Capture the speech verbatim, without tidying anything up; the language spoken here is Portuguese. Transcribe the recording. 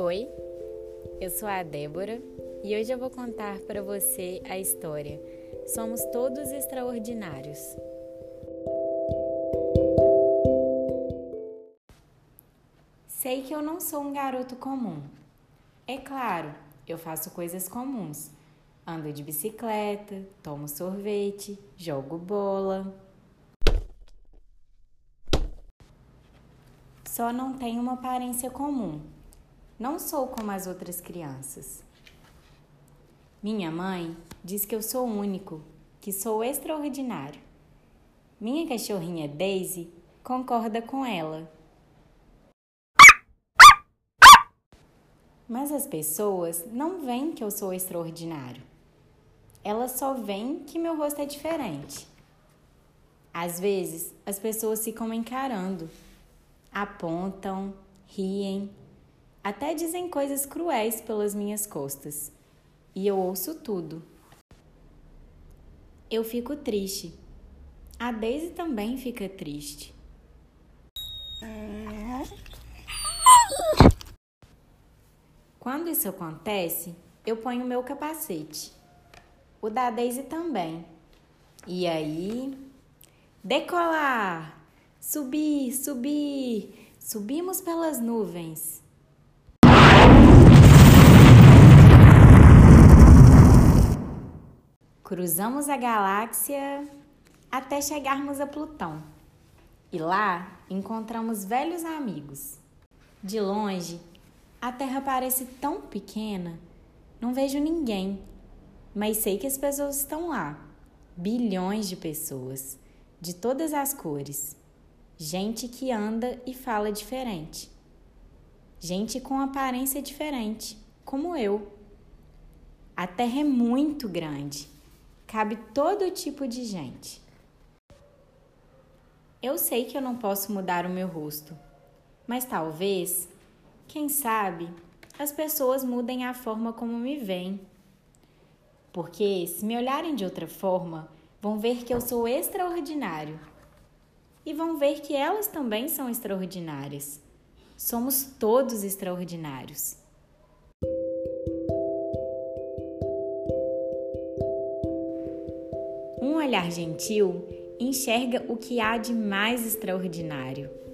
Oi, eu sou a Débora e hoje eu vou contar para você a história Somos Todos Extraordinários. Sei que eu não sou um garoto comum. É claro, eu faço coisas comuns. Ando de bicicleta, tomo sorvete, jogo bola. Só não tenho uma aparência comum. Não sou como as outras crianças. Minha mãe diz que eu sou único, que sou extraordinário. Minha cachorrinha Daisy concorda com ela. Mas as pessoas não veem que eu sou extraordinário. Elas só veem que meu rosto é diferente. Às vezes, as pessoas ficam me encarando, apontam, riem, até dizem coisas cruéis pelas minhas costas. E eu ouço tudo. Eu fico triste. A Daisy também fica triste. Quando isso acontece, eu ponho meu capacete. O da Daisy também. E aí, decolar! Subir, subir! Subimos pelas nuvens. Cruzamos a galáxia até chegarmos a Plutão. E lá encontramos velhos amigos. De longe, a Terra parece tão pequena, não vejo ninguém, mas sei que as pessoas estão lá. Bilhões de pessoas, de todas as cores. Gente que anda e fala diferente. Gente com aparência diferente, como eu. A Terra é muito grande. Cabe todo tipo de gente. Eu sei que eu não posso mudar o meu rosto, mas talvez, quem sabe, as pessoas mudem a forma como me veem. Porque, se me olharem de outra forma, vão ver que eu sou extraordinário. E vão ver que elas também são extraordinárias. Somos todos extraordinários. Um olhar gentil enxerga o que há de mais extraordinário.